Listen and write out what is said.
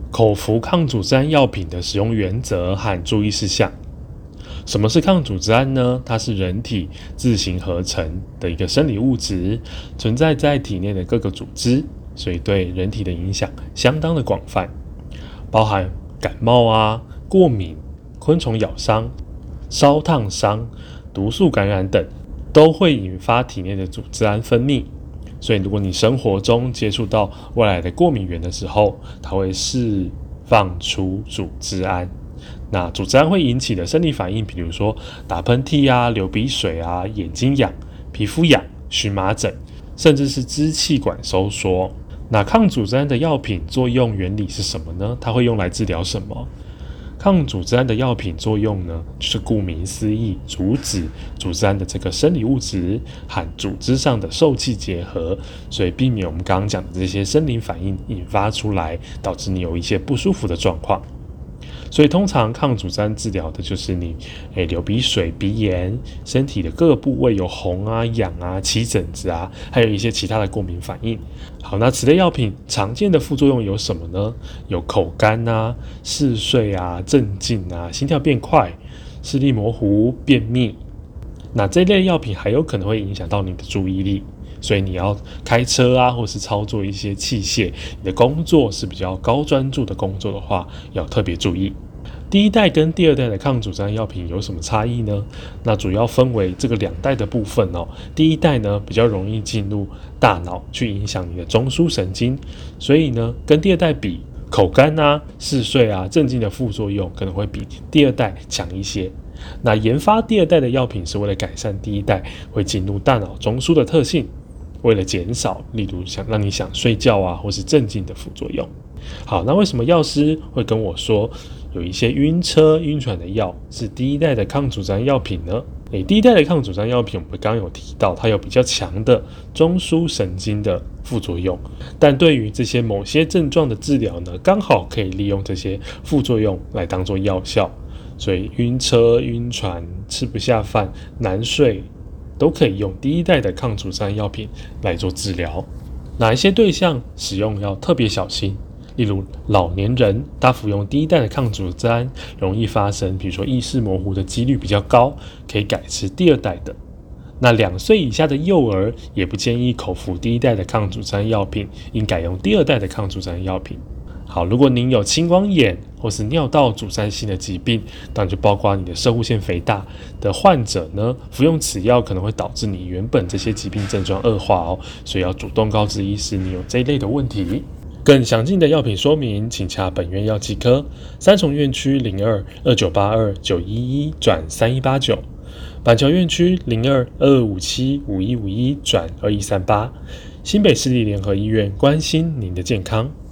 口服抗组织胺药品的使用原则和注意事项。什么是抗组织胺呢？它是人体自行合成的一个生理物质，存在在体内的各个组织，所以对人体的影响相当的广泛，包含感冒啊、过敏、昆虫咬伤、烧烫伤、毒素感染等，都会引发体内的组织胺分泌。所以如果你生活中接触到外来的过敏源的时候，它会释放出组织胺。那组织胺会引起的生理反应，比如说打喷嚏啊、流鼻水啊、眼睛痒、皮肤痒、荨麻疹，甚至是支气管收缩。那抗组织胺的药品作用原理是什么呢？它会用来治疗什么？抗组织胺的药品作用呢，就是顾名思义，阻止组织胺的这个生理物质和组织上的受气结合，所以避免我们刚刚讲的这些生理反应引发出来，导致你有一些不舒服的状况。所以通常抗组织胺治疗的就是你流鼻水、鼻炎，身体的各个部位有红啊、痒啊、起疹子啊，还有一些其他的过敏反应。好，那此类药品常见的副作用有什么呢？有口干啊、嗜睡啊、镇静啊、心跳变快、视力模糊、便秘。那这类药品还有可能会影响到你的注意力，所以你要开车啊，或是操作一些器械，你的工作是比较高专注的工作的话，要特别注意。第一代跟第二代的抗组织胺药品有什么差异呢？那主要分为这个2代的部分哦。第一代呢比较容易进入大脑，去影响你的中枢神经，所以呢跟第二代比，口干啊、嗜睡啊、镇静的副作用可能会比第二代强一些。那研发第二代的药品是为了改善第一代会进入大脑中枢的特性，为了减少例如让你想睡觉啊或是镇静的副作用。好，那为什么药师会跟我说有一些晕车、晕船的药是第一代的抗组织胺药品呢？第一代的抗组织胺药品我们刚刚有提到，它有比较强的中枢神经的副作用，但对于这些某些症状的治疗呢，刚好可以利用这些副作用来当做药效，所以晕车、晕船、吃不下饭、难睡都可以用第一代的抗组织胺药品来做治疗。哪一些对象使用要特别小心？例如老年人，他服用第一代的抗组织胺容易发生比如说意识模糊的几率比较高，可以改吃第二代的。那2岁以下的幼儿也不建议口服第一代的抗组织胺药品，应改用第二代的抗组织胺药品。好，如果您有青光眼或是尿道阻塞性的疾病，当然就包括你的攝護腺肥大的患者呢，服用此药可能会导致你原本这些疾病症状恶化哦，所以要主动告知医师你有这一类的问题。更详尽的药品说明，请洽本院药剂科，3重院区02-2982-911-3189，板桥院区02-2257-5151-2138，新北市立联合医院，关心您的健康。